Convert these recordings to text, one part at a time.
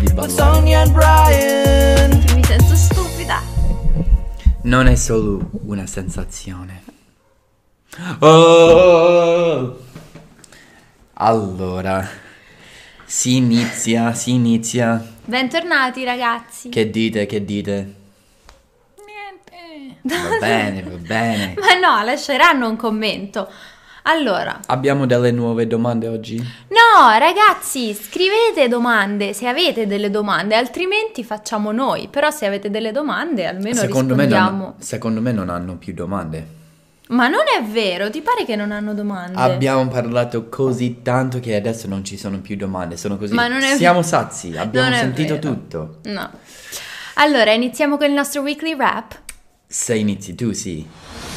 di ballare. Sonia and Brian. Mi sento stupida. Non è solo una sensazione. Oh! Allora, si inizia. Bentornati ragazzi. Che dite? Niente. Va bene. Ma no, lasceranno un commento. Allora, Abbiamo delle nuove domande oggi? no ragazzi, scrivete domande se avete delle domande, altrimenti facciamo noi. Però se avete delle domande almeno rispondiamo. Secondo me non hanno più domande. Ma non è vero, ti pare che non hanno domande? Abbiamo parlato così tanto che adesso non ci sono più domande, sono così. Ma non è Siamo sazi, abbiamo non è sentito vero. tutto. No. Allora, iniziamo con il nostro weekly wrap. Se inizi tu, sì.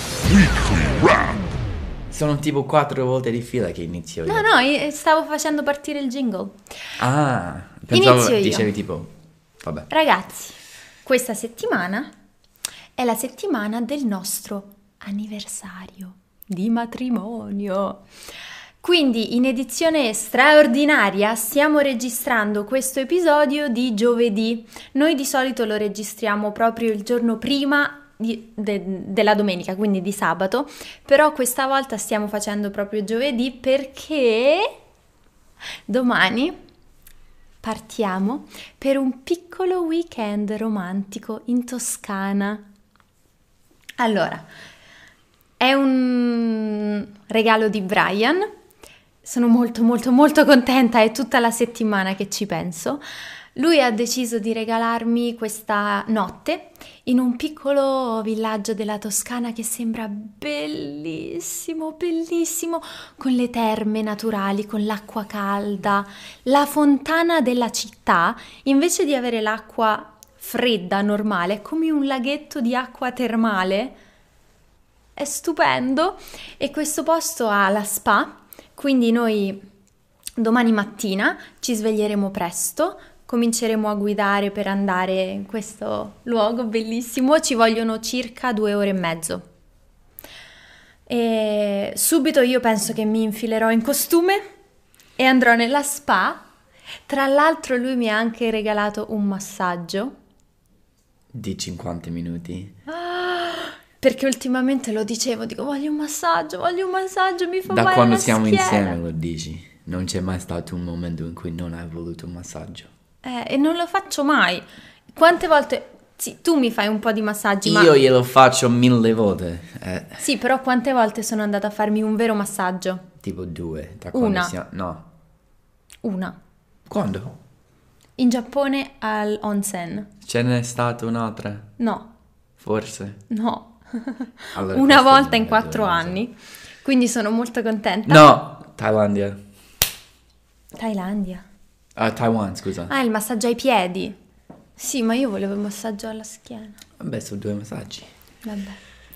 Sono tipo 4 volte di fila che inizio io. No, stavo facendo partire il jingle. Ah, pensavo Inizio io. dicevi tipo, vabbè. Ragazzi, questa settimana è la settimana del nostro anniversario di matrimonio. Quindi in edizione straordinaria stiamo registrando questo episodio di giovedì. Noi di solito lo registriamo proprio il giorno prima della domenica, quindi di sabato, però questa volta stiamo facendo proprio giovedì perché domani partiamo per un piccolo weekend romantico in Toscana. Allora, è un regalo di Brian, sono molto contenta, è tutta la settimana che ci penso. Lui ha deciso di regalarmi questa notte in un piccolo villaggio della Toscana che sembra bellissimo, con le terme naturali, con l'acqua calda, la fontana della città, invece di avere l'acqua fredda, normale, è come un laghetto di acqua termale. È stupendo e questo posto ha la spa, quindi noi domani mattina ci sveglieremo presto, cominceremo a guidare per andare in questo luogo bellissimo, ci vogliono circa 2 ore e mezzo. E subito io penso che mi infilerò in costume e andrò nella spa. Tra l'altro lui mi ha anche regalato un massaggio. Di 50 minuti. Perché ultimamente lo dicevo, dico voglio un massaggio, mi fa male Da quando la siamo schiena. insieme lo dici. Non c'è mai stato un momento in cui non hai voluto un massaggio. E non lo faccio mai. Quante volte... Sì, tu mi fai un po' di massaggi, ma... Io glielo faccio 1000 volte. Sì, però quante volte sono andata a farmi un vero massaggio? Tipo 2. Da Una. quando siamo... No. Una. Quando? In Giappone al onsen. Ce n'è stata un'altra? No, Forse. no. Allora, Una questo volta non in è 4 vero, anni. Quindi sono molto contenta. No! Thailandia. Thailandia. Taiwan, scusa. Ah, il massaggio ai piedi. Sì, ma io volevo il massaggio alla schiena. Vabbè, sono 2 massaggi. Vabbè.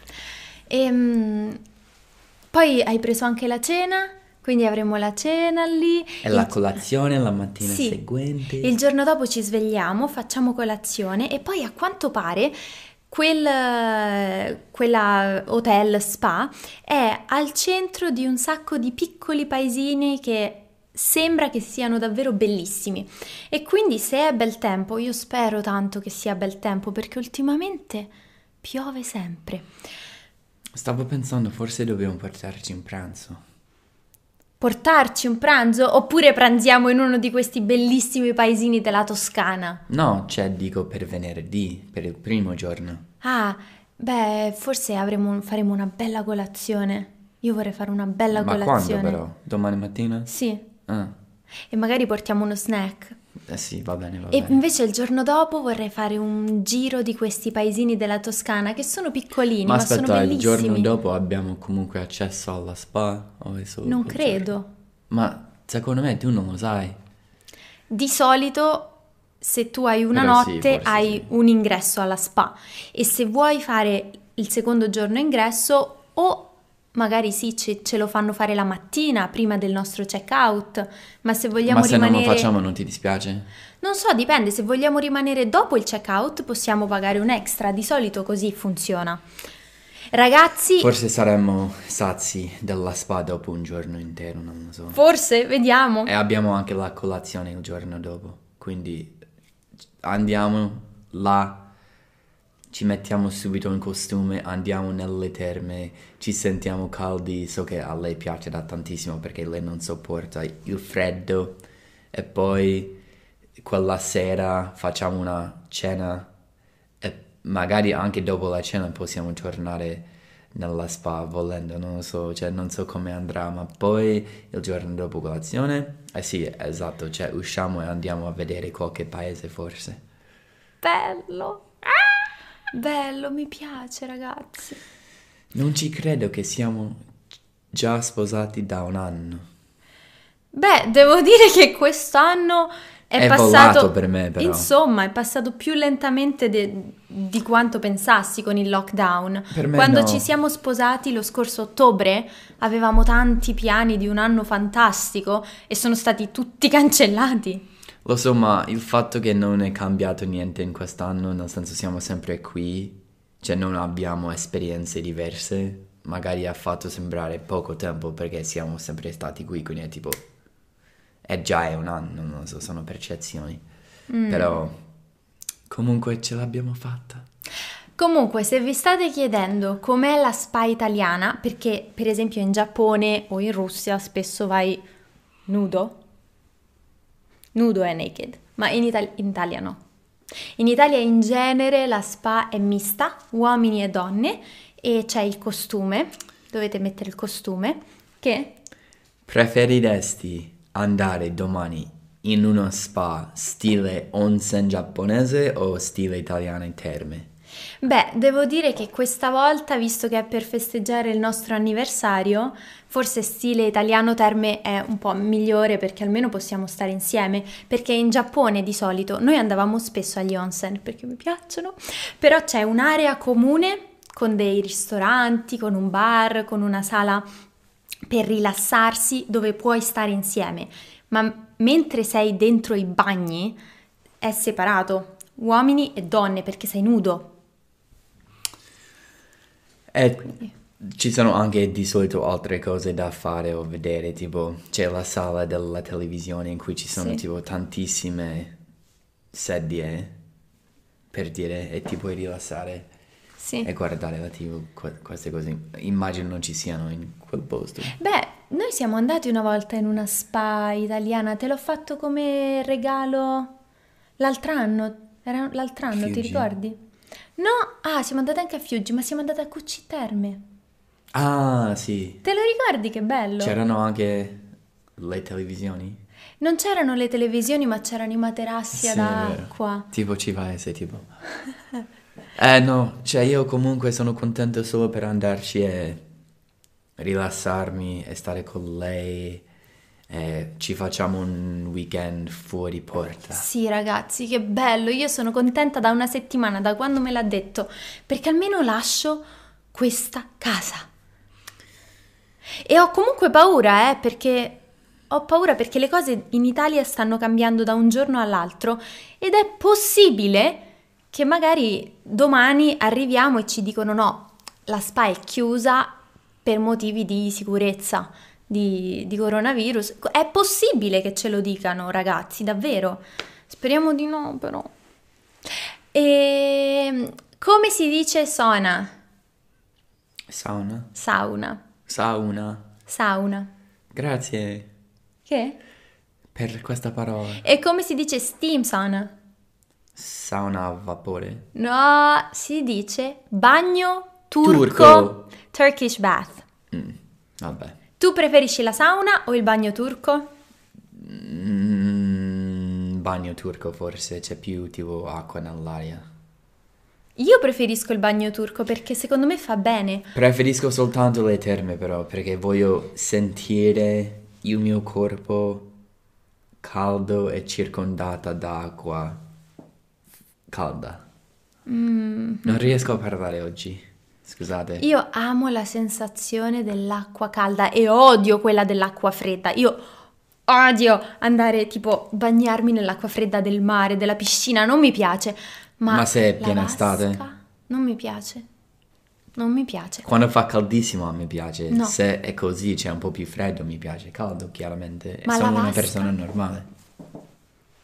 Poi hai preso anche la cena, quindi avremo la cena lì. E la colazione la mattina Sì. seguente. Il giorno dopo ci svegliamo, facciamo colazione e poi a quanto pare quella hotel spa è al centro di un sacco di piccoli paesini che sembra che siano davvero bellissimi. E quindi se è bel tempo, io spero tanto che sia bel tempo perché ultimamente piove sempre. Stavo pensando, forse dobbiamo portarci un pranzo. Portarci un pranzo oppure pranziamo in uno di questi bellissimi paesini della Toscana? No, cioè dico per venerdì, per il primo giorno. Ah, beh, forse faremo una bella colazione. Io vorrei fare una bella Ma colazione. quando però? Domani mattina? Sì, Ah, e magari portiamo uno snack. sì, va bene, va E bene. invece il giorno dopo vorrei fare un giro di questi paesini della Toscana che sono piccolini, ma, sono aspetta, il bellissimi. giorno dopo abbiamo comunque accesso alla spa? O è solo Non quel credo. giorno? Ma secondo me tu non lo sai. Di solito, se tu hai una Però sì, notte, forse hai sì. un ingresso alla spa. E se vuoi fare il secondo giorno ingresso, o magari sì, ce lo fanno fare la mattina prima del nostro check-out, ma se vogliamo Ma se rimanere... non lo facciamo non ti dispiace? Non so, dipende, se vogliamo rimanere dopo il check-out possiamo pagare un extra, di solito così funziona. Ragazzi, Forse saremmo sazi della spa dopo un giorno intero, non lo so. forse, vediamo. E abbiamo anche la colazione il giorno dopo, quindi andiamo là, ci mettiamo subito in costume, andiamo nelle terme, ci sentiamo caldi. So che a lei piace da tantissimo perché lei non sopporta il freddo. E poi quella sera facciamo una cena e magari anche dopo la cena possiamo tornare nella spa volendo, non lo so, cioè non so come andrà, ma poi il giorno dopo colazione, sì, esatto, cioè usciamo e andiamo a vedere qualche paese forse. Bello! Bello, mi piace, ragazzi. Non ci credo che siamo già sposati da un anno. Beh, devo dire che quest'anno è È passato, volato per me, però. insomma, è passato più lentamente di quanto pensassi con il lockdown. Per me Quando no. ci siamo sposati lo scorso ottobre, avevamo tanti piani di un anno fantastico e sono stati tutti cancellati. Lo so, ma il fatto che non è cambiato niente in quest'anno, nel senso siamo sempre qui, cioè non abbiamo esperienze diverse, magari ha fatto sembrare poco tempo perché siamo sempre stati qui, quindi è tipo, è un anno, non so, sono percezioni. Però comunque ce l'abbiamo fatta. Comunque, se vi state chiedendo com'è la spa italiana, perché per esempio in Giappone o in Russia spesso vai nudo è naked, ma in Italia no. In Italia in genere la spa è mista, uomini e donne, e c'è il costume, dovete mettere il costume, che Preferiresti andare domani in uno spa stile onsen giapponese o stile italiano in terme? Beh, devo dire che questa volta, visto che è per festeggiare il nostro anniversario, forse stile italiano terme è un po' migliore perché almeno possiamo stare insieme, perché in Giappone di solito noi andavamo spesso agli onsen perché mi piacciono, però c'è un'area comune con dei ristoranti, con un bar, con una sala per rilassarsi dove puoi stare insieme, ma mentre sei dentro i bagni è separato, uomini e donne perché sei nudo. E ci sono anche di solito altre cose da fare o vedere, tipo c'è la sala della televisione in cui ci sono Sì. tipo tantissime sedie per dire e ti puoi rilassare Sì. e guardare la TV, queste cose. Immagino non ci siano in quel posto. Beh, noi siamo andati una volta in una spa italiana, te l'ho fatto come regalo l'altro anno. Era l'altro anno, ti Fiuggi? ricordi? No, siamo andati anche a Fiuggi, ma siamo andati a Cucci Terme. Ah, sì. Te lo ricordi che bello? C'erano anche le televisioni? Non c'erano le televisioni, ma c'erano i materassi Sì, ad è vero. acqua. Tipo ci vai, sei tipo... no, cioè io comunque sono contento solo per andarci e rilassarmi e stare con lei e ci facciamo un weekend fuori porta. Sì, ragazzi, che bello! Io sono contenta da una settimana, da quando me l'ha detto, perché almeno lascio questa casa. E ho comunque paura, perché ho paura perché le cose in Italia stanno cambiando da un giorno all'altro ed è possibile che magari domani arriviamo e ci dicono no, la spa è chiusa per motivi di sicurezza, di coronavirus. È possibile che ce lo dicano, ragazzi, davvero. Speriamo di no, però. E come si dice sauna? Sauna? Sauna. Sauna. Sauna. Grazie Che? per questa parola. E come si dice steam sauna? Sauna a vapore. No, si dice bagno Turco. Turkish bath. Vabbè. Tu preferisci la sauna o il bagno turco? Bagno turco forse, c'è più tipo acqua nell'aria. Io preferisco il bagno turco perché secondo me fa bene. Preferisco soltanto le terme però, perché voglio sentire il mio corpo caldo e circondata da acqua calda. Non riesco a parlare oggi, scusate. Io amo la sensazione dell'acqua calda e odio quella dell'acqua fredda. Io odio andare tipo bagnarmi nell'acqua fredda del mare, della piscina, non mi piace. Ma se è la piena vasca estate? non mi piace. Non mi piace. Quando fa caldissimo a me piace, No. se è così c'è un po' più freddo mi piace, caldo chiaramente. Ma Sono la una vasca? persona normale.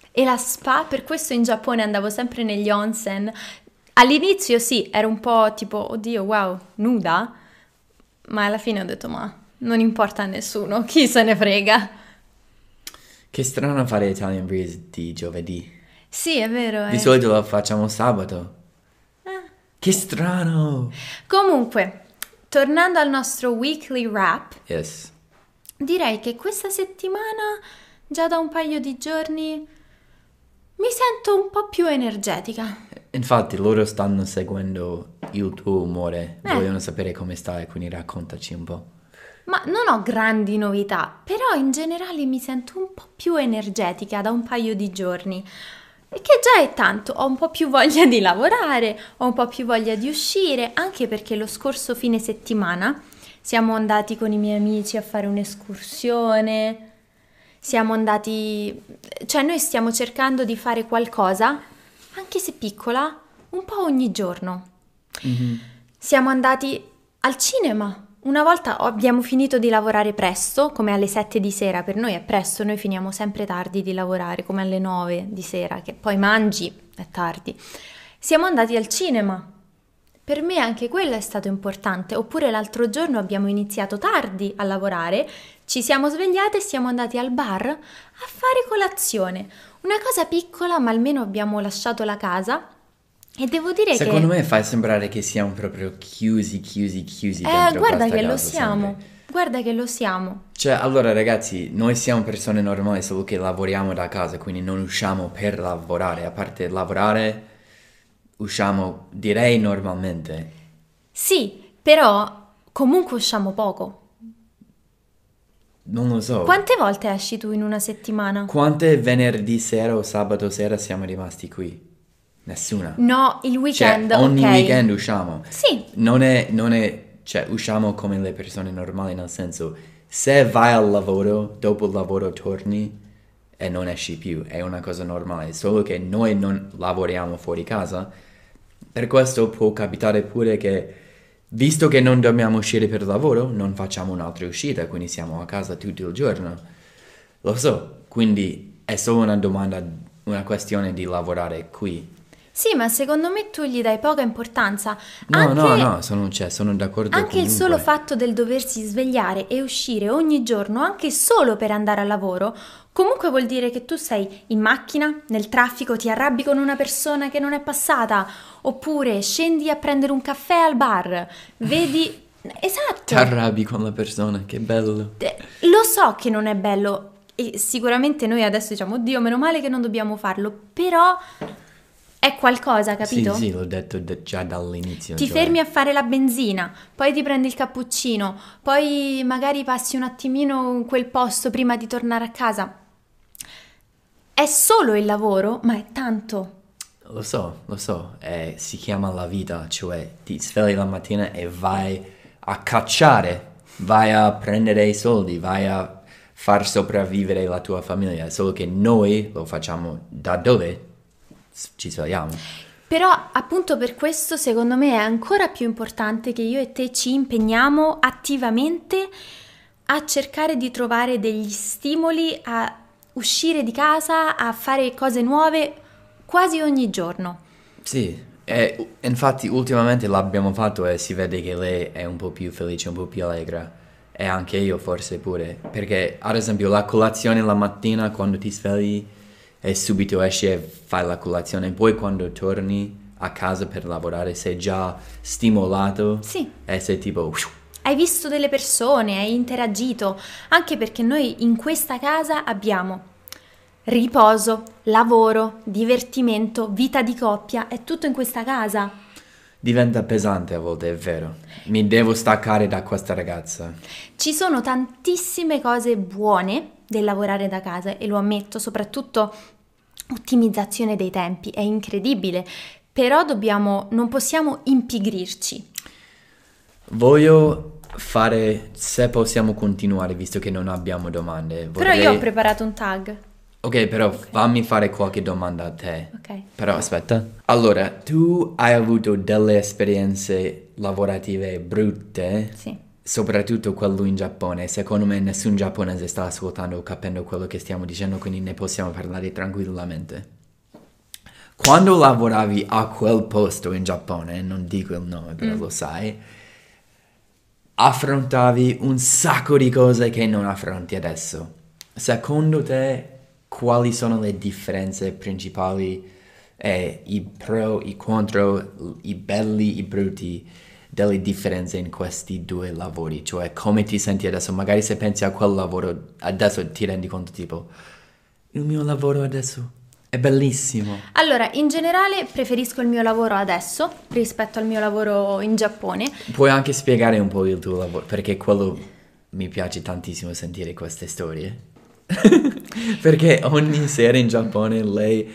E la spa, per questo in Giappone andavo sempre negli onsen. All'inizio sì, ero un po' tipo, oddio, wow, nuda, ma alla fine ho detto, ma non importa a nessuno, chi se ne frega. Che strano fare Italian Breeze di giovedì. Sì, è vero, Di solito lo facciamo sabato. Che strano! Comunque, tornando al nostro weekly wrap, Yes. direi che questa settimana, già da un paio di giorni, mi sento un po' più energetica. Infatti loro stanno seguendo il tuo umore, vogliono sapere come stai, quindi raccontaci un po'. Ma non ho grandi novità, però in generale mi sento un po' più energetica da un paio di giorni. E che già è tanto, ho un po' più voglia di lavorare, ho un po' più voglia di uscire, anche perché lo scorso fine settimana siamo andati con i miei amici a fare un'escursione, siamo andati, cioè noi stiamo cercando di fare qualcosa, anche se piccola, un po' ogni giorno. Siamo andati al cinema. Una volta abbiamo finito di lavorare presto, come alle 7 di sera, per noi è presto, noi finiamo sempre tardi di lavorare, come alle 9 di sera, che poi mangi, è tardi. Siamo andati al cinema. Per me anche quello è stato importante. Oppure l'altro giorno abbiamo iniziato tardi a lavorare, ci siamo svegliate e siamo andati al bar a fare colazione. Una cosa piccola, ma almeno abbiamo lasciato la casa. E devo dire Secondo che... me fai sembrare che siamo proprio chiusi dentro guarda questa che lo casa siamo, sempre. guarda che lo siamo. Cioè, allora ragazzi, noi siamo persone normali, solo che lavoriamo da casa, quindi non usciamo per lavorare. A parte lavorare, usciamo, direi, normalmente. Sì, però comunque usciamo poco. Non lo so. Quante volte esci tu in una settimana? Quante venerdì sera o sabato sera siamo rimasti qui? Nessuna. No, il weekend, Cioè, ogni ok. weekend usciamo. Sì, Cioè, usciamo come le persone normali, nel senso, se vai al lavoro, dopo il lavoro torni e non esci più, è una cosa normale, solo che noi non lavoriamo fuori casa, per questo può capitare pure che, visto che non dobbiamo uscire per lavoro, non facciamo un'altra uscita, quindi siamo a casa tutto il giorno. Lo so, quindi è solo una domanda, una questione di lavorare qui. sì, ma secondo me tu gli dai poca importanza. No, sono d'accordo Anche il comunque. solo fatto del doversi svegliare e uscire ogni giorno, anche solo per andare al lavoro, comunque vuol dire che tu sei in macchina, nel traffico, ti arrabbi con una persona che non è passata, oppure scendi a prendere un caffè al bar, vedi... Esatto! Ti arrabbi con la persona, che bello. Lo so che non è bello e sicuramente noi adesso diciamo, oddio, meno male che non dobbiamo farlo, però è qualcosa, capito? Sì, l'ho detto già dall'inizio. Ti cioè. fermi a fare la benzina, poi ti prendi il cappuccino, poi magari passi un attimino in quel posto prima di tornare a casa. È solo il lavoro, ma è tanto. Lo so, si chiama la vita, cioè ti svegli la mattina e vai a cacciare, vai a prendere i soldi, vai a far sopravvivere la tua famiglia, solo che noi lo facciamo da dove ci svegliamo. Però appunto per questo secondo me è ancora più importante che io e te ci impegniamo attivamente a cercare di trovare degli stimoli a uscire di casa, a fare cose nuove quasi ogni giorno. Sì, e infatti ultimamente l'abbiamo fatto e si vede che lei è un po' più felice, un po' più allegra. E anche io forse pure. Perché ad esempio la colazione la mattina quando ti svegli e subito esci e fai la colazione. Poi quando torni a casa per lavorare sei già stimolato. Sì. E sei tipo... Hai visto delle persone, hai interagito, anche perché noi in questa casa abbiamo riposo, lavoro, divertimento, vita di coppia, è tutto in questa casa. Diventa pesante a volte, è vero. Mi devo staccare da questa ragazza. Ci sono tantissime cose buone del lavorare da casa e lo ammetto, soprattutto ottimizzazione dei tempi, è incredibile, però non possiamo impigrirci. Voglio fare, se possiamo continuare, visto che non abbiamo domande. Però io ho preparato un tag. Ok, però fammi fare qualche domanda a te. Ok. Però aspetta. Allora, tu hai avuto delle esperienze lavorative brutte? Sì. soprattutto quello in Giappone. Secondo me nessun giapponese sta ascoltando o capendo quello che stiamo dicendo, quindi ne possiamo parlare tranquillamente. Quando lavoravi a quel posto in Giappone, non dico il nome, però lo sai, affrontavi un sacco di cose che non affronti adesso. Secondo te, quali sono le differenze principali e i pro, i contro, i belli, i brutti delle differenze in questi due lavori? Cioè, come ti senti adesso? Magari se pensi a quel lavoro, adesso ti rendi conto tipo, il mio lavoro adesso è bellissimo. Allora, in generale preferisco il mio lavoro adesso rispetto al mio lavoro in Giappone. Puoi anche spiegare un po' il tuo lavoro, perché quello mi piace tantissimo sentire queste storie. Perché ogni sera in Giappone lei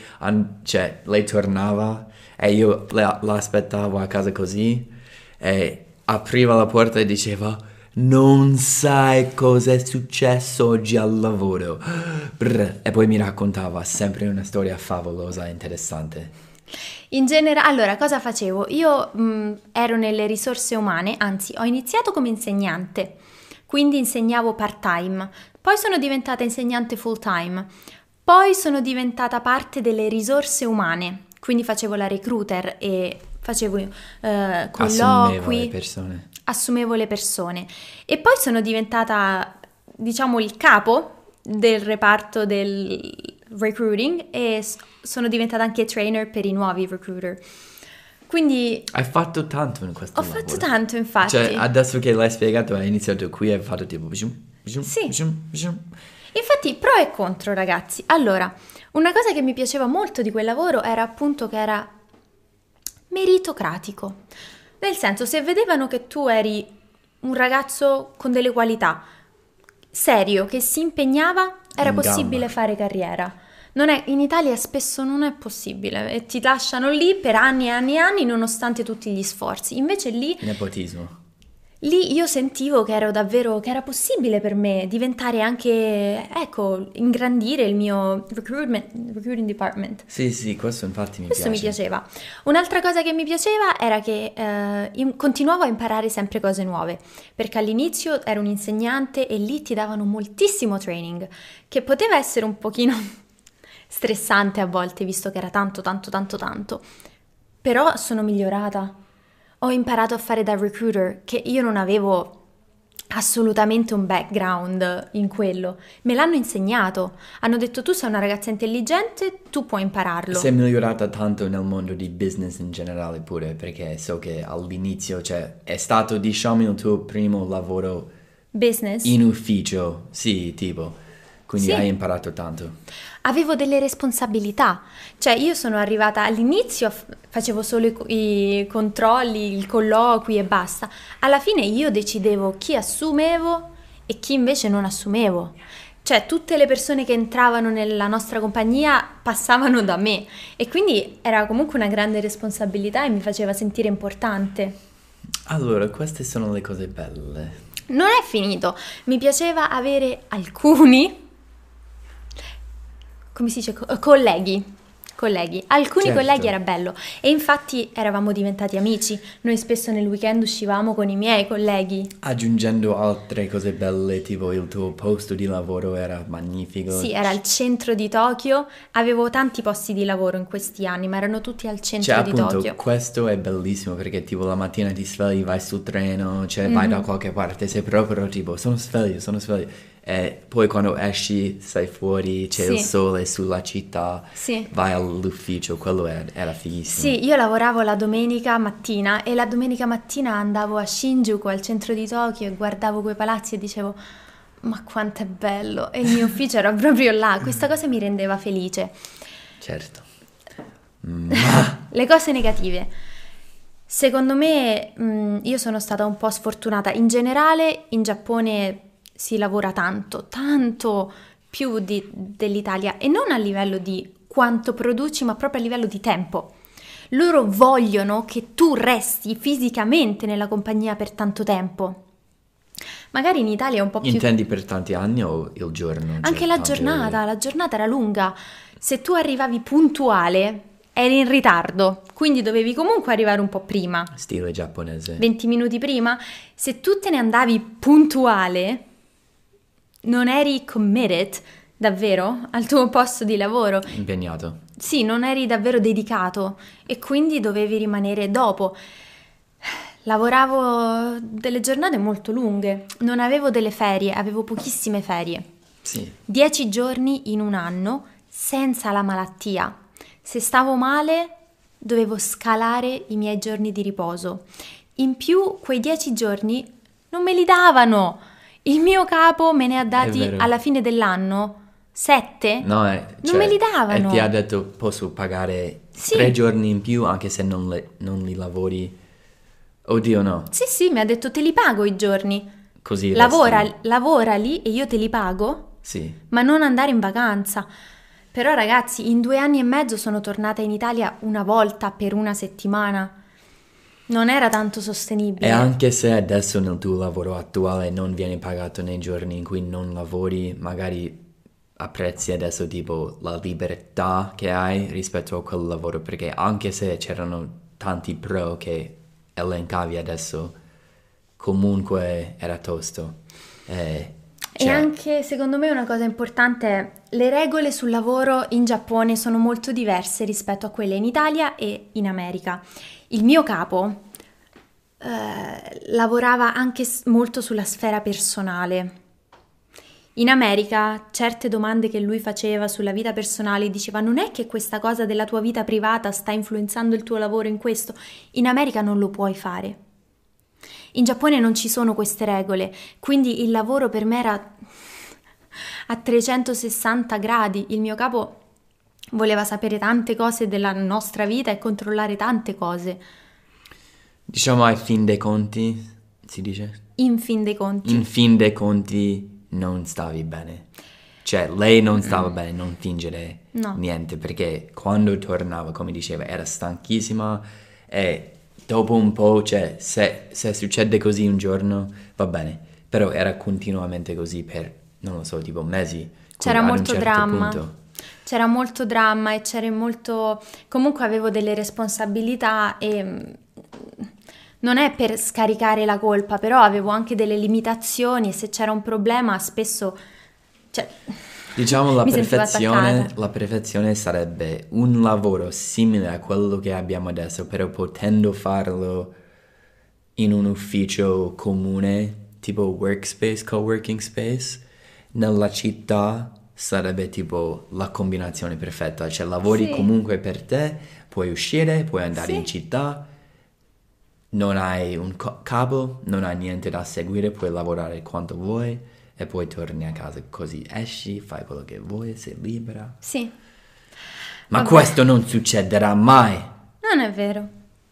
tornava e io l'aspettavo a casa così e apriva la porta e diceva non sai cosa è successo oggi al lavoro. Brr, e poi mi raccontava sempre una storia favolosa e interessante. In genere, allora, cosa facevo? Io ero nelle risorse umane, anzi, ho iniziato come insegnante, quindi insegnavo part-time, poi sono diventata insegnante full-time, poi sono diventata parte delle risorse umane, quindi facevo la recruiter e facevo Assumevo le colloqui, persone. assumevo le persone e poi sono diventata, diciamo, il capo del reparto del recruiting e sono diventata anche trainer per i nuovi recruiter. Quindi Hai fatto tanto in questo ho lavoro. fatto tanto, infatti. Cioè, adesso che l'hai spiegato, hai iniziato qui e hai fatto tipo... Sì. Infatti, pro e contro, ragazzi. Allora, una cosa che mi piaceva molto di quel lavoro era appunto che era meritocratico. Nel senso, se vedevano che tu eri un ragazzo con delle qualità, serio, che si impegnava, era In possibile gamba. fare carriera. In Italia spesso non è possibile e ti lasciano lì per anni e anni e anni nonostante tutti gli sforzi. Invece Nepotismo. lì io sentivo che che era possibile per me diventare anche, ecco, ingrandire il mio recruiting department. Sì, questo infatti mi Questo mi piace. piaceva. Un'altra cosa che mi piaceva era che continuavo a imparare sempre cose nuove, perché all'inizio ero un insegnante e lì ti davano moltissimo training, che poteva essere un pochino stressante a volte, visto che era tanto, tanto, tanto, tanto. Però sono migliorata. Ho imparato a fare da recruiter, che io non avevo assolutamente un background in quello. Me l'hanno insegnato. Hanno detto tu sei una ragazza intelligente, tu puoi impararlo. Sei migliorata tanto nel mondo di business in generale pure, perché so che all'inizio, cioè, è stato, diciamo, il tuo primo lavoro Business. in ufficio, sì, tipo. Quindi Sì. hai imparato tanto. Avevo delle responsabilità, cioè io sono arrivata all'inizio, facevo solo i controlli, il colloqui e basta. Alla fine io decidevo chi assumevo e chi invece non assumevo. Cioè tutte le persone che entravano nella nostra compagnia passavano da me e quindi era comunque una grande responsabilità e mi faceva sentire importante. Allora, queste sono le cose belle. Non è finito, mi piaceva avere alcuni, come si dice, colleghi. Alcuni Certo. colleghi era bello e infatti eravamo diventati amici. Noi spesso nel weekend uscivamo con i miei colleghi. Aggiungendo altre cose belle, tipo il tuo posto di lavoro era magnifico. Sì, era al centro di Tokyo. Avevo tanti posti di lavoro in questi anni, ma erano tutti al centro Cioè, di appunto, Tokyo. questo è bellissimo perché tipo la mattina ti svegli, vai sul treno, cioè vai da qualche parte, sei proprio tipo, sono sveglio. E poi quando esci, stai fuori, c'è il Sì. sole sulla città, Sì. vai all'ufficio, quello era fighissimo. Sì, io lavoravo la domenica mattina e la domenica mattina andavo a Shinjuku, al centro di Tokyo, e guardavo quei palazzi e dicevo, ma quanto è bello! E il mio ufficio era proprio là, questa cosa mi rendeva felice. Certo. Ma Le cose negative. Secondo me, io sono stata un po' sfortunata. In generale, in Giappone si lavora tanto, tanto più dell'Italia e non a livello di quanto produci, ma proprio a livello di tempo. Loro vogliono che tu resti fisicamente nella compagnia per tanto tempo. Magari in Italia è un po' più... intendi per tanti anni o il giorno? Cioè, Anche la tante ore? giornata era lunga. Se tu arrivavi puntuale, eri in ritardo, quindi dovevi comunque arrivare un po' prima, Stile giapponese. 20 minuti prima. Se tu te ne andavi puntuale, non eri committed, davvero, al tuo posto di lavoro. Impegnato. Sì, non eri davvero dedicato e quindi dovevi rimanere dopo. Lavoravo delle giornate molto lunghe, non avevo delle ferie, avevo pochissime ferie. Sì. 10 giorni in un anno senza la malattia. Se stavo male, dovevo scalare i miei giorni di riposo. In più, quei 10 giorni non me li davano. Il mio capo me ne ha dati vero. alla fine dell'anno 7. No, Non me li davano. E ti ha detto posso pagare Sì. 3 giorni in più anche se non li lavori. Oddio no, Sì, mi ha detto te li pago i giorni. così Lavora lì e io te li pago, Sì. ma non andare in vacanza. Però ragazzi, in 2 anni e mezzo sono tornata in Italia una volta per una settimana. Non era tanto sostenibile. E anche se adesso nel tuo lavoro attuale non vieni pagato nei giorni in cui non lavori, magari apprezzi adesso tipo la libertà che hai rispetto a quel lavoro, perché anche se c'erano tanti pro che elencavi adesso, comunque era tosto. E Cioè, anche secondo me una cosa importante è le regole sul lavoro in Giappone sono molto diverse rispetto a quelle in Italia e in America. Il mio capo lavorava anche molto sulla sfera personale. In America certe domande che lui faceva sulla vita personale diceva non è che questa cosa della tua vita privata sta influenzando il tuo lavoro in questo. In America non lo puoi fare. In Giappone non ci sono queste regole, quindi il lavoro per me era a 360 gradi. Il mio capo voleva sapere tante cose della nostra vita e controllare tante cose. diciamo ai fin dei conti, si dice? In fin dei conti. In fin dei conti non stavi bene. Cioè, lei non stava bene, non fingere No. niente, perché quando tornava, come diceva, era stanchissima e dopo un po', cioè, se succede così un giorno, va bene, però era continuamente così per, non lo so, tipo mesi. C'era ad un molto certo dramma. punto. C'era molto dramma e c'era molto... Comunque avevo delle responsabilità e non è per scaricare la colpa, però avevo anche delle limitazioni e se c'era un problema spesso... Cioè, Diciamo mi sentivo attaccata. la perfezione sarebbe un lavoro simile a quello che abbiamo adesso, però potendo farlo in un ufficio comune, tipo workspace, coworking space, nella città sarebbe tipo la combinazione perfetta, cioè lavori Sì. comunque per te, puoi uscire, puoi andare Sì. in città, non hai un capo, non hai niente da seguire, puoi lavorare quanto vuoi e poi torni a casa, così esci, fai quello che vuoi, sei libera. Sì, Ma Vabbè. questo non succederà mai. non è vero.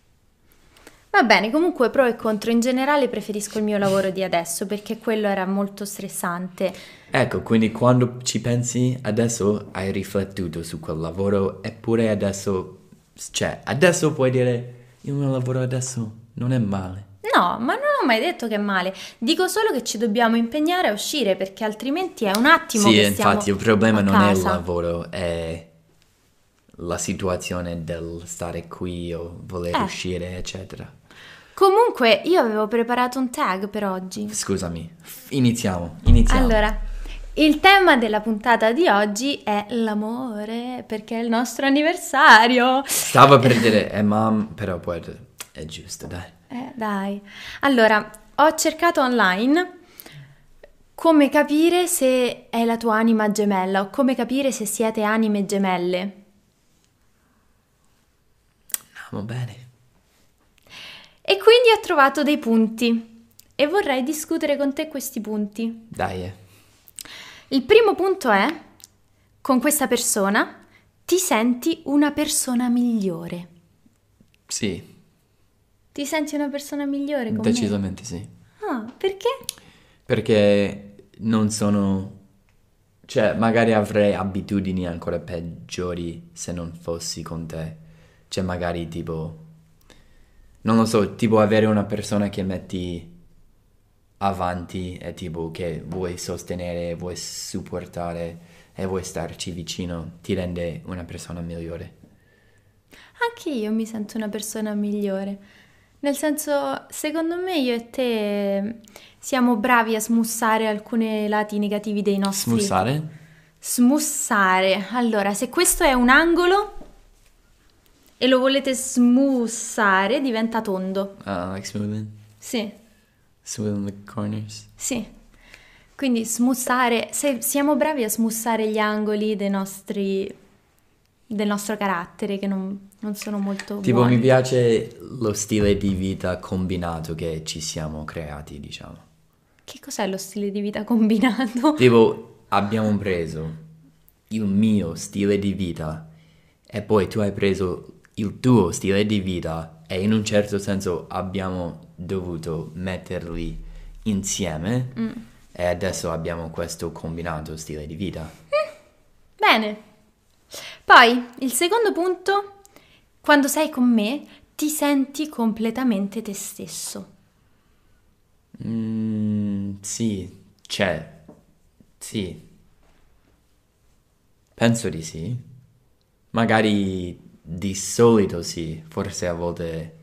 Va bene, comunque pro e contro. In generale preferisco il mio lavoro di adesso perché quello era molto stressante. Ecco, quindi quando ci pensi, adesso hai riflettuto su quel lavoro, eppure adesso, cioè, adesso puoi dire, il mio lavoro adesso non è male. No, ma non ho mai detto che è male. Dico solo che ci dobbiamo impegnare a uscire perché altrimenti è un attimo Sì, che stiamo infatti il problema a non è il casa. lavoro, è la situazione del stare qui o voler uscire, eccetera. Comunque, io avevo preparato un tag per oggi. Scusami, iniziamo. Allora, il tema della puntata di oggi è l'amore, perché è il nostro anniversario. Stavo per dire, mam, però poi è giusto, dai. Dai. Allora, ho cercato online come capire se è la tua anima gemella o come capire se siete anime gemelle. Andiamo bene. E quindi ho trovato dei punti e vorrei discutere con te questi punti. Dai, Il primo punto è, con questa persona ti senti una persona migliore. Sì, Ti senti una persona migliore con decisamente sì. me? Ah, perché? Perché non sono... Cioè, magari avrei abitudini ancora peggiori se non fossi con te. Cioè, magari tipo... Non lo so, tipo avere una persona che metti avanti e tipo che vuoi sostenere, vuoi supportare e vuoi starci vicino, ti rende una persona migliore. Anche io mi sento una persona migliore. Nel senso, secondo me io e te siamo bravi a smussare alcuni lati negativi dei nostri. Smussare? Smussare. Allora, se questo è un angolo e lo volete smussare, diventa tondo. Like smoothing? Sì, Smoothing the corners? sì. Quindi smussare, se siamo bravi a smussare gli angoli del nostro carattere, che non sono molto Tipo, buoni. mi piace lo stile di vita combinato che ci siamo creati, diciamo. Che cos'è lo stile di vita combinato? Tipo, abbiamo preso il mio stile di vita e poi tu hai preso il tuo stile di vita e in un certo senso abbiamo dovuto metterli insieme e adesso abbiamo questo combinato stile di vita. Bene. Poi, il secondo punto, quando sei con me, ti senti completamente te stesso. Sì, sì, penso di sì. Magari di solito sì, forse a volte,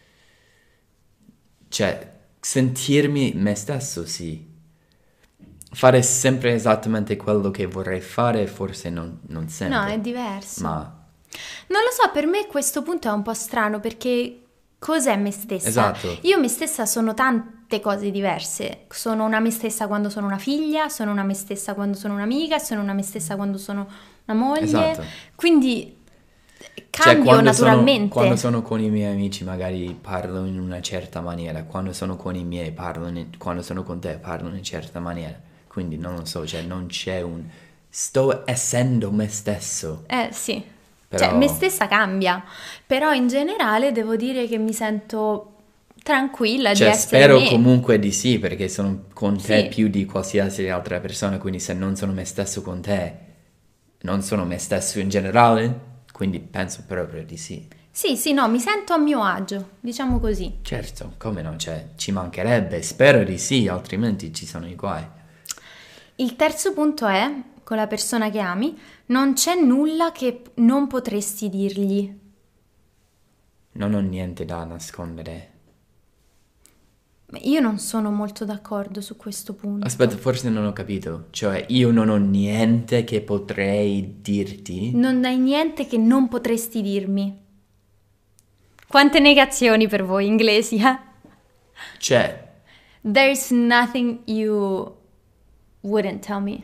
sentirmi me stesso sì. Fare sempre esattamente quello che vorrei fare, forse non sempre. No, è diverso. Ma, Non lo so, per me questo punto è un po' strano perché cos'è me stessa? esatto. Io me stessa sono tante cose diverse. Sono una me stessa quando sono una figlia, sono una me stessa quando sono un'amica, sono una me stessa quando sono una moglie. Esatto. Quindi Cioè, cambio naturalmente. quando sono con i miei amici magari parlo in una certa maniera, quando sono con i miei quando sono con te parlo in una certa maniera. Quindi non lo so, cioè non c'è un... Sto essendo me stesso. Sì. Però- Cioè, me stessa cambia, però in generale devo dire che mi sento tranquilla di Cioè, essere spero me. comunque di sì, perché sono con te Sì. più di qualsiasi altra persona, quindi se non sono me stesso con te, non sono me stesso in generale, quindi penso proprio di sì. Sì, sì, no, mi sento a mio agio, diciamo così. Certo, come no, cioè, ci mancherebbe, spero di sì, altrimenti ci sono i guai. Il terzo punto è, con la persona che ami, non c'è nulla che non potresti dirgli. Non ho niente da nascondere. Io non sono molto d'accordo su questo punto. Aspetta, forse non ho capito, cioè io non ho niente che potrei dirti? Non hai niente che non potresti dirmi. Quante negazioni per voi inglesi, eh? Cioè, There's nothing you wouldn't tell me.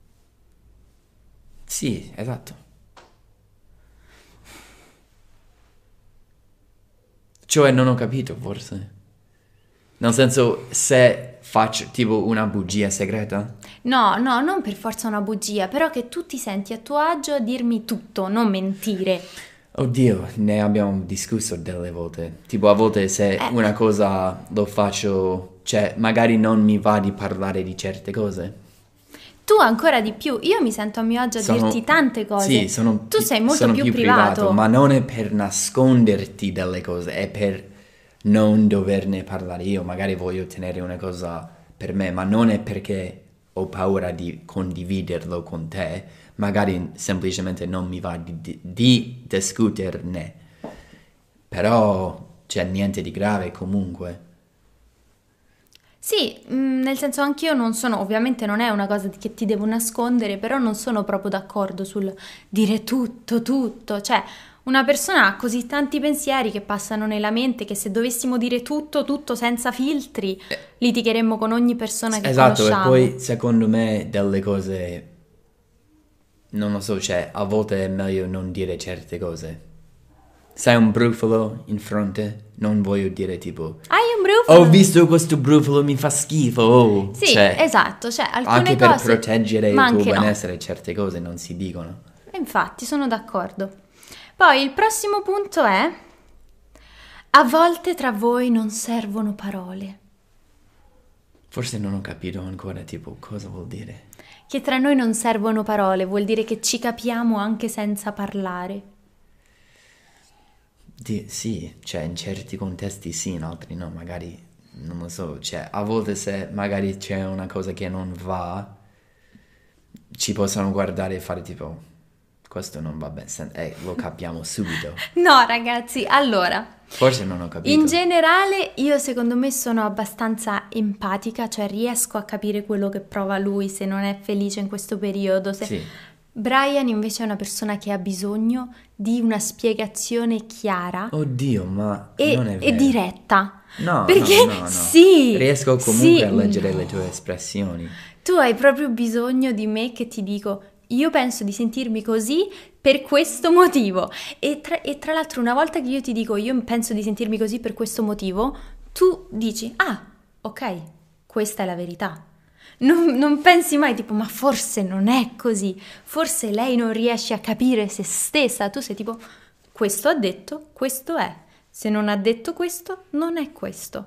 sì, esatto. Cioè, non ho capito, forse. Nel senso, se faccio tipo una bugia segreta? No, no, non per forza una bugia, però che tu ti senti a tuo agio a dirmi tutto, non mentire. Oddio, ne abbiamo discusso delle volte. Tipo, a volte se una cosa lo faccio, cioè, magari non mi va di parlare di certe cose. Tu ancora di più, io mi sento a mio agio a dirti tante cose. Sì, Tu sei molto sono più privato. ma non è per nasconderti delle cose, è per non doverne parlare io. Magari voglio tenere una cosa per me, ma non è perché ho paura di condividerlo con te, magari semplicemente non mi va di discuterne. Però c'è niente di grave comunque. Sì, nel senso anch'io non sono, ovviamente non è una cosa che ti devo nascondere, però non sono proprio d'accordo sul dire tutto, tutto. Cioè, una persona ha così tanti pensieri che passano nella mente che se dovessimo dire tutto, tutto senza filtri, litigheremmo con ogni persona che Esatto, conosciamo. e poi secondo me delle cose, non lo so, cioè a volte è meglio non dire certe cose. Sai un brufolo in fronte? Non voglio dire tipo, Hai un brufolo? ho visto questo brufolo, mi fa schifo. Oh. Sì, Cioè, esatto, cioè alcune anche cose... per proteggere ma il tuo anche no. benessere certe cose non si dicono. Infatti, sono d'accordo. Poi il prossimo punto è: a volte tra voi non servono parole. Forse non ho capito ancora tipo cosa vuol dire. Che tra noi non servono parole, vuol dire che ci capiamo anche senza parlare. Sì, cioè in certi contesti sì, in altri no, magari non lo so, cioè a volte se magari c'è una cosa che non va, ci possono guardare e fare tipo, questo non va bene, lo capiamo subito. No, ragazzi, allora, Forse non ho capito. in generale io secondo me sono abbastanza empatica, cioè riesco a capire quello che prova lui se non è felice in questo periodo. Sì. Brian invece è una persona che ha bisogno di una spiegazione chiara Oddio, ma e, non è e vero. diretta. No, Perché no. sì, Riesco comunque sì, a leggere no. le tue espressioni. Tu hai proprio bisogno di me che ti dico, io penso di sentirmi così per questo motivo. E tra l'altro una volta che io ti dico, io penso di sentirmi così per questo motivo, tu dici, ah, ok, questa è la verità. Non pensi mai tipo, ma forse non è così, forse lei non riesce a capire se stessa. Tu sei tipo, questo ha detto, questo è. Se non ha detto questo, non è questo.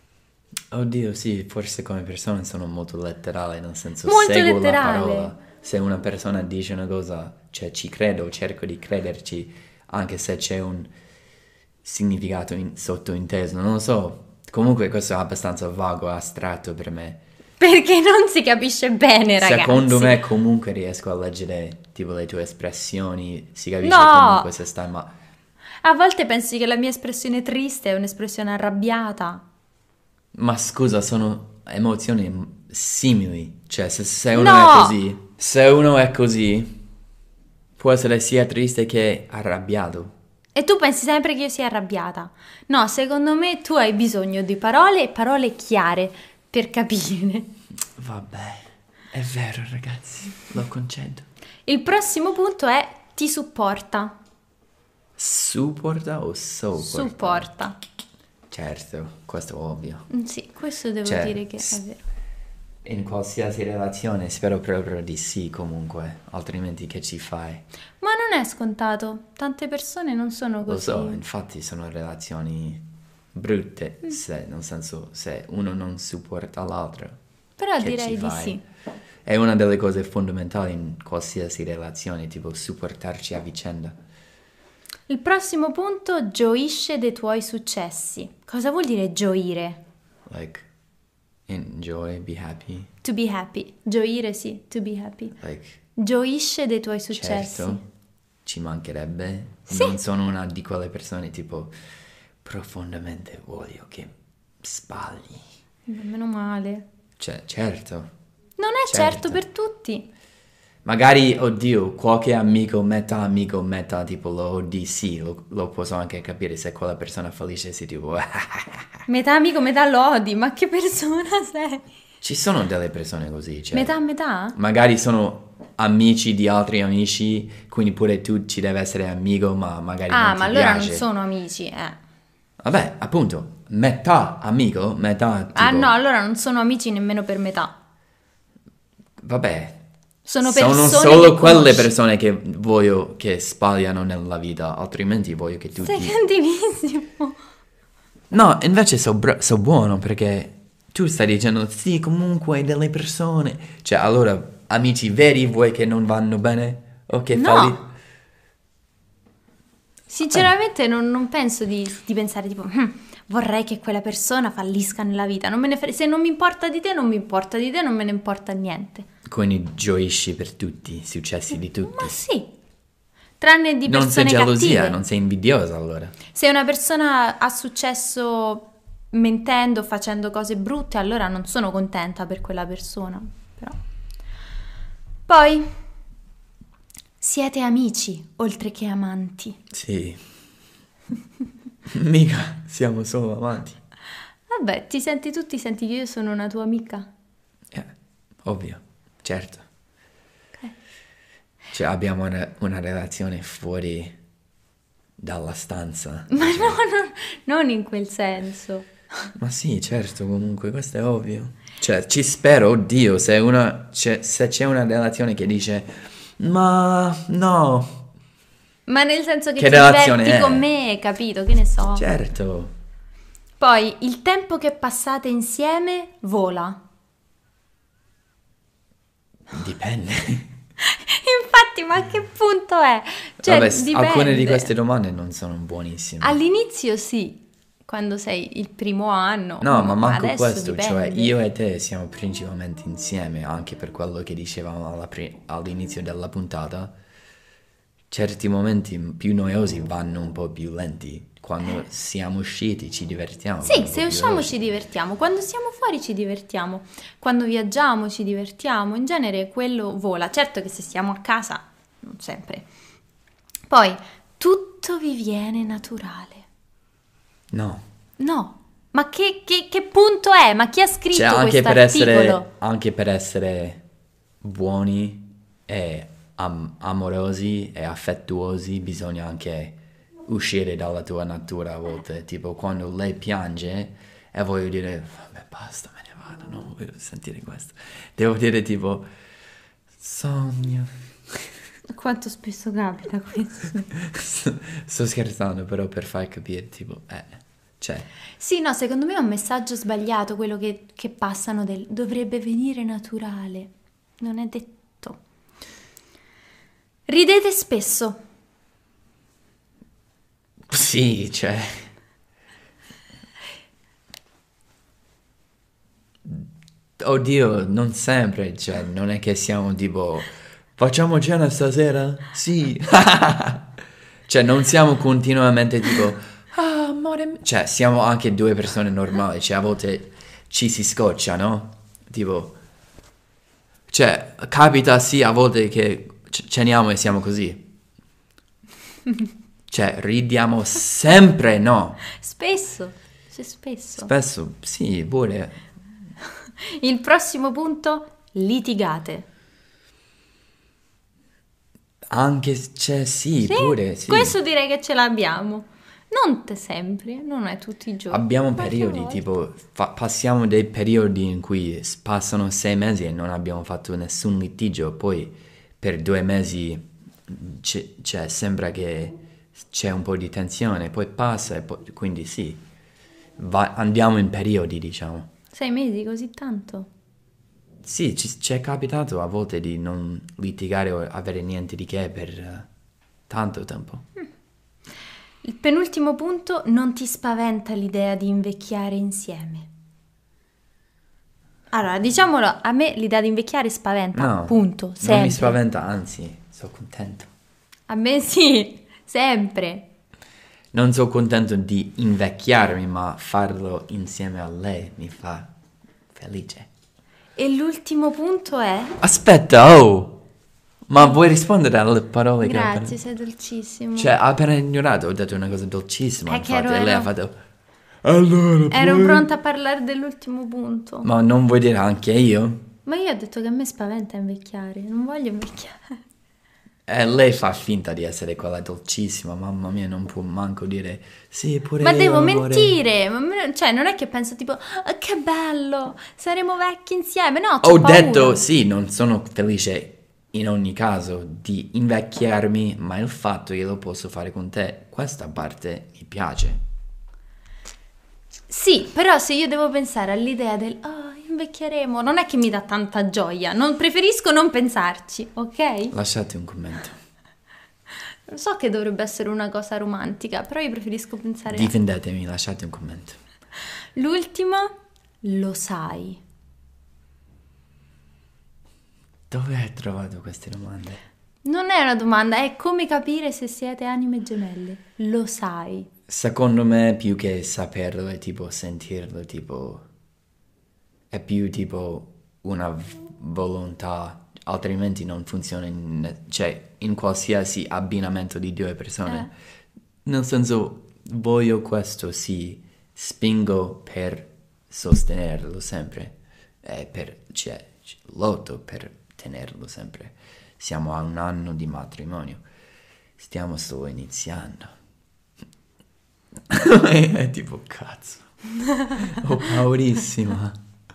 Oddio, sì, forse come persona sono molto letterale, nel senso Molto seguo letterale. la parola. Se una persona dice una cosa, cioè ci credo, cerco di crederci, anche se c'è un significato sottointeso, non lo so. Comunque questo è abbastanza vago, astratto per me. Perché non si capisce bene, ragazzi. Secondo me comunque riesco a leggere tipo le tue espressioni, si capisce No! comunque se stai ma... A volte pensi che la mia espressione triste è un'espressione arrabbiata. Ma scusa, sono emozioni simili, cioè se uno No! è così, se uno è così, può essere sia triste che arrabbiato. E tu pensi sempre che io sia arrabbiata. No, secondo me tu hai bisogno di parole e parole chiare per capire. Vabbè, è vero ragazzi, lo concedo. Il prossimo punto è ti supporta. Supporta o sopporta? Supporta. Certo, questo è ovvio. Sì, questo devo Cioè, dire che è vero. In qualsiasi relazione spero proprio di sì comunque, altrimenti che ci fai? Ma non è scontato. Tante persone non sono Lo così. so, infatti sono relazioni brutte, nel senso se uno non supporta l'altro. Però Che direi ci di fai? sì. È una delle cose fondamentali in qualsiasi relazione, tipo supportarci a vicenda. Il prossimo punto, gioisce dei tuoi successi. Cosa vuol dire gioire? Like, enjoy, be happy. To be happy. Gioire sì, to be happy. Like, Gioisce dei tuoi successi. certo, ci mancherebbe. Sì. Non sono una di quelle persone tipo profondamente voglio che sbagli. Meno male. Cioè, certo. Non è certo per tutti. Magari, oddio, qualche amico, metà, tipo lo odi, sì, lo posso anche capire se quella persona felice si tipo... Metà amico, metà lodi. Ma che persona sei? Ci sono delle persone così, cioè... Metà a metà? Magari sono amici di altri amici, quindi pure tu ci deve essere amico, ma magari Ah, non ma ti allora piace. non sono amici, Vabbè, appunto, metà amico, metà tipo... Ah no, allora non sono amici nemmeno per metà. Vabbè, Sono persone solo che quelle conosci. persone che voglio che sbagliano nella vita, altrimenti voglio che tutti... Sei cattivissimo. No, invece so buono perché tu stai dicendo sì, comunque delle persone. Cioè, allora, amici veri vuoi che non vanno bene? O che No. Sinceramente non penso di pensare tipo vorrei che quella persona fallisca nella vita. Non me ne se non mi importa di te, non mi importa di te, non me ne importa niente. Quindi gioisci per tutti, i successi di tutti. Ma sì. Tranne di Non sei persone gelosia, cattive. non sei invidiosa allora. Se una persona ha successo mentendo, facendo cose brutte, allora non sono contenta per quella persona. Però. Poi, siete amici oltre che amanti. Sì. Mica, siamo solo amanti. Vabbè, ti senti che io sono una tua amica? Ovvio, certo. Ok. Cioè, abbiamo una relazione fuori dalla stanza. Ma non in quel senso. Ma sì, certo, comunque, questo è ovvio. Cioè, ci spero, oddio, se c'è una relazione che dice, ma no, Ma nel senso che Che ti relazione diverti è? con me, capito? Che ne so. certo. Poi, il tempo che passate insieme vola. Dipende. Infatti, ma a che punto è? Cioè, Vabbè, dipende. alcune di queste domande non sono buonissime. All'inizio sì, quando sei il primo anno. No, ma manco adesso questo, cioè dipende. io e te siamo principalmente insieme, anche per quello che dicevamo all'inizio della puntata, certi momenti più noiosi vanno un po' più lenti. Quando siamo usciti ci divertiamo. Sì, se usciamo ci divertiamo, quando siamo fuori ci divertiamo, quando viaggiamo ci divertiamo, in genere quello vola. Certo che se stiamo a casa, non sempre. Poi, tutto vi viene naturale. No. No, ma che punto è? Ma chi ha scritto Cioè, anche per quest'articolo? anche per essere buoni e amorosi e affettuosi bisogna anche uscire dalla tua natura a volte. Tipo quando lei piange e voglio dire, vabbè basta, me ne vado, non voglio sentire questo. Devo dire tipo, sogno. Quanto spesso capita questo? Sto scherzando però per far capire tipo, cioè... Sì, no, secondo me è un messaggio sbagliato quello che passano del dovrebbe venire naturale. Non è detto. Ridete spesso. Sì, cioè... Oddio, non sempre, cioè, non è che siamo tipo... Facciamo cena stasera? Sì. Cioè, non siamo continuamente tipo... Ah, amore mio. Cioè, siamo anche due persone normali, cioè, a volte ci si scoccia, no? Tipo... Cioè, capita sì a volte che ceniamo e siamo così. Cioè, ridiamo sempre, no? Spesso. C'è spesso. Spesso, sì, pure. Il prossimo punto, litigate. Anche, cioè, sì, pure, sì. Questo direi che ce l'abbiamo. Non sempre, non è tutti i giorni. Abbiamo qualche periodi, volta. tipo, passiamo dei periodi in cui passano 6 mesi e non abbiamo fatto nessun litigio, poi per 2 mesi cioè, sembra che c'è un po' di tensione, poi passa e poi, quindi sì, andiamo in periodi, diciamo. 6 mesi, così tanto? Sì, ci è capitato a volte di non litigare o avere niente di che per tanto tempo. Il penultimo punto, non ti spaventa l'idea di invecchiare insieme. Allora, diciamolo, a me l'idea di invecchiare spaventa, No, punto, non sempre. mi spaventa, anzi, sono contento. A me sì, sempre. Non sono contento di invecchiarmi, ma farlo insieme a lei mi fa felice. E l'ultimo punto è... Aspetta, oh! Ma vuoi rispondere alle parole che ho Grazie, appena... sei dolcissimo. Cioè, ha appena ignorato, ho detto una cosa dolcissima, È che infatti, e lei ero- ha fatto... Allora, Ero poi... pronta a parlare dell'ultimo punto. Ma non vuoi dire anche io? Ma io ho detto che a me spaventa invecchiare, non voglio invecchiare. E lei fa finta di essere quella dolcissima, mamma mia, non può manco dire... Sì, pure Ma io, devo amore." mentire, cioè non è che penso tipo, "Ah, che bello, saremo vecchi insieme", no, c'ho Ho paura. detto sì, non sono felice in ogni caso di invecchiarmi, ma il fatto che lo posso fare con te, questa parte mi piace. Sì, però se io devo pensare all'idea del, invecchieremo, non è che mi dà tanta gioia, preferisco non pensarci, ok? Lasciate un commento. Lo so che dovrebbe essere una cosa romantica, però io preferisco pensare... Difendetemi, lasciate un commento. L'ultimo, lo sai. Dove hai trovato queste domande? Non è una domanda, è come capire se siete anime gemelle. Lo sai. Secondo me più che saperlo è tipo sentirlo, tipo... È più tipo una volontà, altrimenti non funziona cioè in qualsiasi abbinamento di due persone. Nel senso, voglio questo, sì, spingo per sostenerlo sempre, cioè, lotto per tenerlo sempre. Siamo a 1 anno di matrimonio, stiamo solo iniziando. È tipo, cazzo, ho paurissima.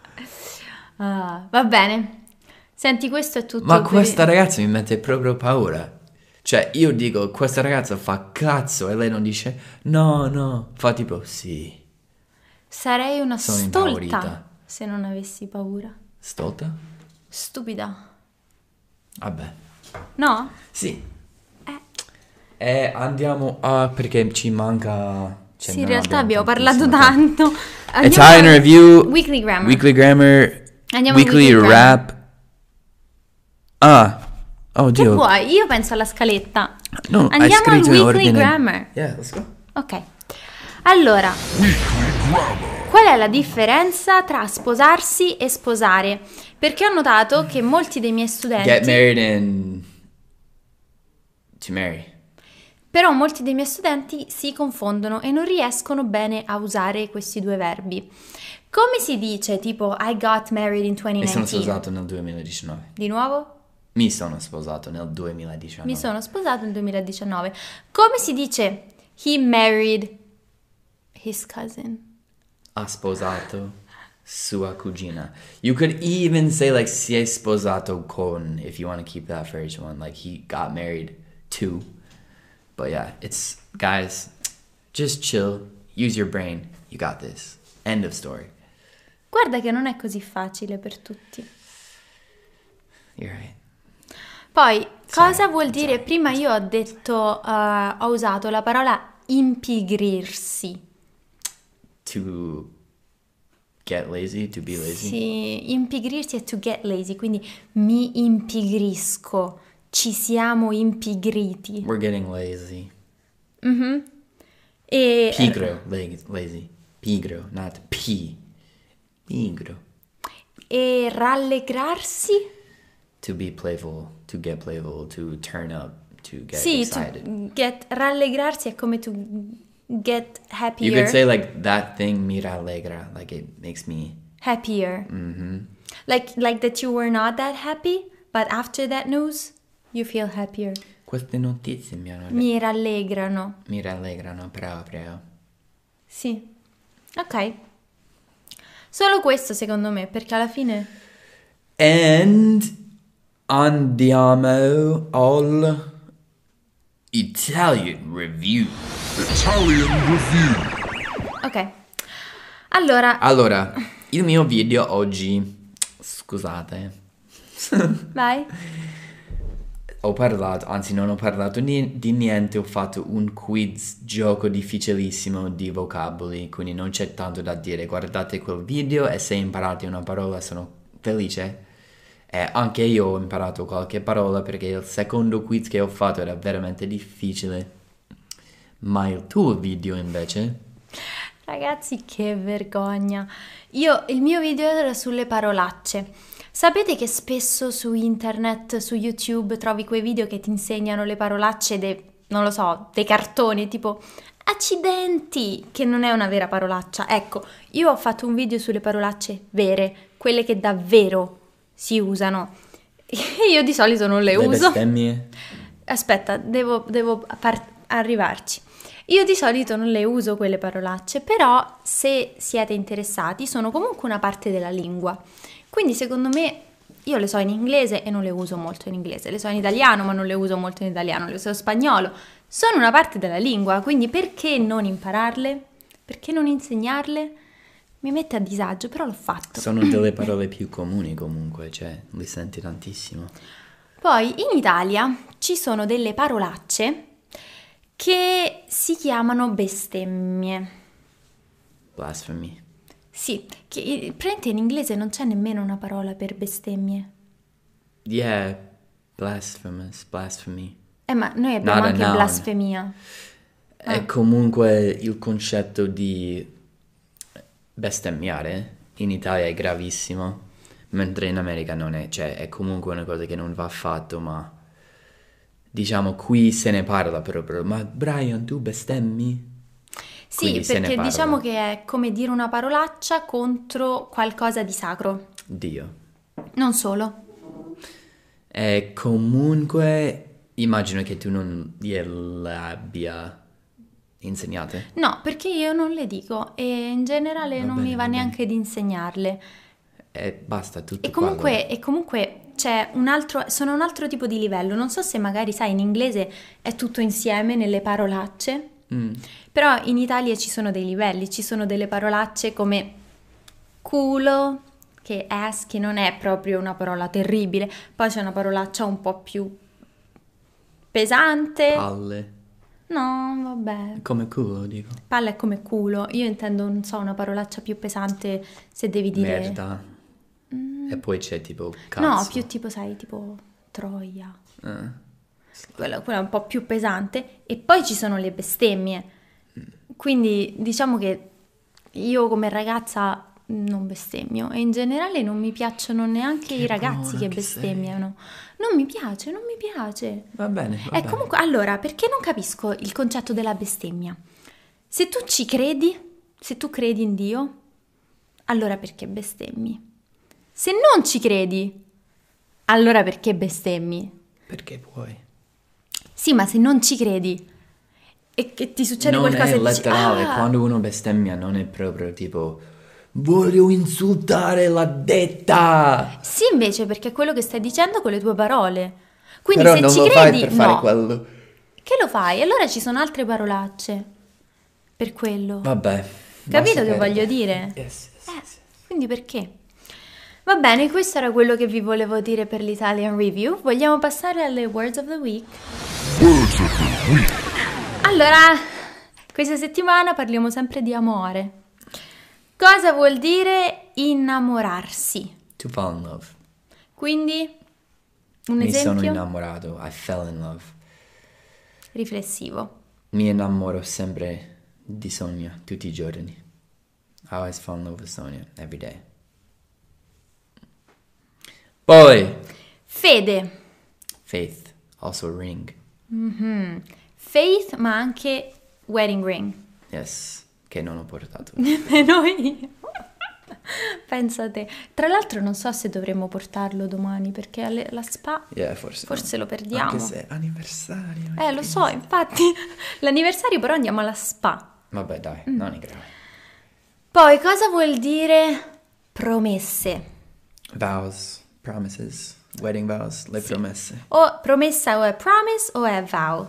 Va bene. Senti, questo è tutto. Ma questa ragazza mi mette proprio paura. Cioè, io dico, questa ragazza fa cazzo e lei non dice no, fa tipo sì. Sarei una Sono stolta impaurita. se non avessi paura. Stolta? Stupida. Vabbè. No? Sì. E andiamo a... perché ci manca... cioè, Sì, in non realtà abbiamo tantissimo parlato tempo. tanto. Italian Review. Weekly Grammar. Weekly Grammar. Andiamo Weekly al Weekly Rap. Ah. Oh, Che Dio. vuoi? Io penso alla scaletta. No, hai Andiamo al scritto in weekly ordine. grammar. Yeah, let's go. Ok. Allora, qual è la differenza tra sposarsi e sposare? Perché ho notato che molti dei miei studenti... Get married and to marry. Però molti dei miei studenti si confondono e non riescono bene a usare questi due verbi. Come si dice tipo I got married in Mi 2019? sono sposato nel 2019. Di nuovo? Mi sono sposato nel 2019. Mi sono sposato nel 2019. Come si dice he married his cousin? Ha sposato sua cugina. You could even say like si è sposato con, if you want to keep that phrase one, like he got married to. But yeah, it's, guys, just chill, use your brain, you got this. End of story. Guarda che non è così facile per tutti. You're right. Poi, Sorry, cosa vuol dire? sorry. Prima io ho detto, ho usato la parola impigrirsi. To get lazy, to be lazy. Sì, impigrirsi è to get lazy, quindi mi impigrisco, ci siamo impigriti. We're getting lazy. E, Pigro, lazy. Pigro, not P. Pigro. e rallegrarsi? To be playful, to get playful, to turn up, to get Sì, excited. rallegrarsi è come to get You happier. could say like that thing mi rallegra, like it makes me. Happier. Like that you were not that happy, but after that news, you feel happier. Queste notizie Mi rallegrano. mi rallegrano proprio. Sì. Ok. Solo questo secondo me, perché alla fine... And andiamo al Italian review. Italian Review. Ok. Allora, Allora, il mio video oggi, scusate, vai. ho parlato, anzi non ho parlato di niente, ho fatto un quiz gioco difficilissimo di vocaboli, quindi non c'è tanto da dire. Guardate quel video e se imparate una parola sono felice. E anche io ho imparato qualche parola perché il secondo quiz che ho fatto era veramente difficile. Ma il tuo video invece? Ragazzi, che vergogna. Il mio video era sulle parolacce. Sapete che spesso su internet, su YouTube, trovi quei video che ti insegnano le parolacce non lo so, dei cartoni, tipo accidenti, che non è una vera parolaccia. Ecco, io ho fatto un video sulle parolacce vere, quelle che davvero si usano. Io di solito non le Le uso. bestemmie? Aspetta, devo arrivarci. Io di solito non le uso quelle parolacce, però se siete interessati sono comunque una parte della lingua. Quindi secondo me io le so in inglese e non le uso molto in inglese, le so in italiano ma non le uso molto in italiano, le so in spagnolo, sono una parte della lingua, quindi perché non impararle? Perché non insegnarle? Mi mette a disagio, però l'ho fatto. Sono delle parole più comuni comunque, cioè li senti tantissimo. Poi in Italia ci sono delle parolacce che si chiamano bestemmie. Blasphemy. Sì, che praticamente in inglese non c'è nemmeno una parola per bestemmie. Yeah, blasphemous, blasphemy. Ma noi abbiamo Not a anche noun. blasfemia. È comunque il concetto di bestemmiare in Italia è gravissimo, mentre in America non è, cioè è comunque una cosa che non va fatto, ma diciamo qui se ne parla proprio, ma Brian tu bestemmi? Sì, Quindi se ne perché parla. diciamo che è come dire una parolaccia contro qualcosa di sacro. Dio. Non solo. E comunque immagino che tu non gliele abbia insegnate. No, perché io non le dico e in generale Va non bene, mi va va bene. neanche di insegnarle. E basta, tutto E qua, comunque c'è sono un altro tipo di livello. Non so se magari, sai, in inglese è tutto insieme nelle parolacce, però in Italia ci sono dei livelli, ci sono delle parolacce come culo, che ass, che non è proprio una parola terribile, poi c'è una parolaccia un po' più pesante. Palle. No, vabbè. Come culo, dico. Palla è come culo. Io intendo, non so, una parolaccia più pesante se devi dire... Merda. E poi c'è tipo No, cazzo. più tipo, sai, tipo troia. Ah. Quella è un po' più pesante. E poi ci sono le bestemmie. Quindi diciamo che io come ragazza non bestemmio e in generale non mi piacciono neanche i ragazzi buona che che bestemmiano. Non mi piace, non mi piace. Va bene, va bene. Comunque, allora, perché non capisco il concetto della bestemmia? Se tu ci credi, se tu credi in Dio, allora perché bestemmi? Se non ci credi, allora perché bestemmi? Perché puoi? Sì, ma se non ci credi e che ti succede Non qualcosa è e dici, letterale, "Ah!" quando uno bestemmia non è proprio tipo voglio insultare la detta. Sì, invece, perché è quello che stai dicendo con le tue parole. Quindi Però se non ci lo credi, fai per fare no. quello. Che lo fai? Allora ci sono altre parolacce per quello. Vabbè. Capito lascia che perdere. voglio dire? Yes, yes, yes. Quindi perché? Va bene, questo era quello che vi volevo dire per l'Italian Review. Vogliamo passare alle Words of the Week? Words of the week. Allora, questa settimana parliamo sempre di amore. Cosa vuol dire innamorarsi? To fall in love. Quindi, un Mi sono esempio innamorato. I fell in love. riflessivo. Mi innamoro sempre di Sonia tutti i giorni. I always fall in love with Sonia every day. Poi, Fede. faith, also ring. Faith, ma anche wedding ring. Yes, che non ho portato. Nemmeno io. Pensate. Tra l'altro non so se dovremmo portarlo domani perché alla spa Yeah, forse. forse no. lo perdiamo. Anche se è anniversario. Lo so, infatti. L'anniversario però andiamo alla spa. Vabbè, dai, non è grave. Poi cosa vuol dire promesse? Vows, promises, wedding vows, le promesse. O promessa o è promise o è vow?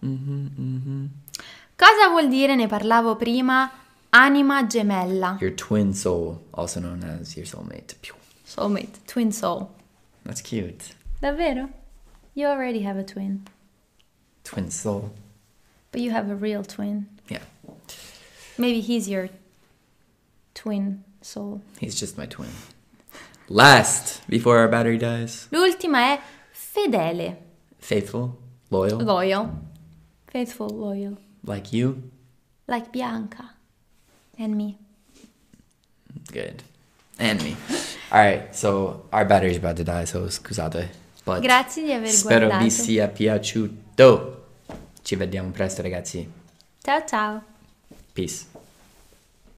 Cosa vuol dire, ne parlavo prima, anima gemella? Your twin soul, also known as your soulmate. Pew. Soulmate, twin soul. That's cute. Davvero? You already have a twin, Twin soul. but you have a real twin. Yeah, Maybe he's your twin soul. he's just my twin. Last, before our battery dies. L'ultima è fedele, Faithful, loyal, loyal, faithful, loyal, like you. like Bianca and me. Good. And me. Alright, so our battery's about to die, so scusate. But Grazie di aver spero guardato. vi sia piaciuto. Ci vediamo presto, ragazzi. Ciao ciao. Peace.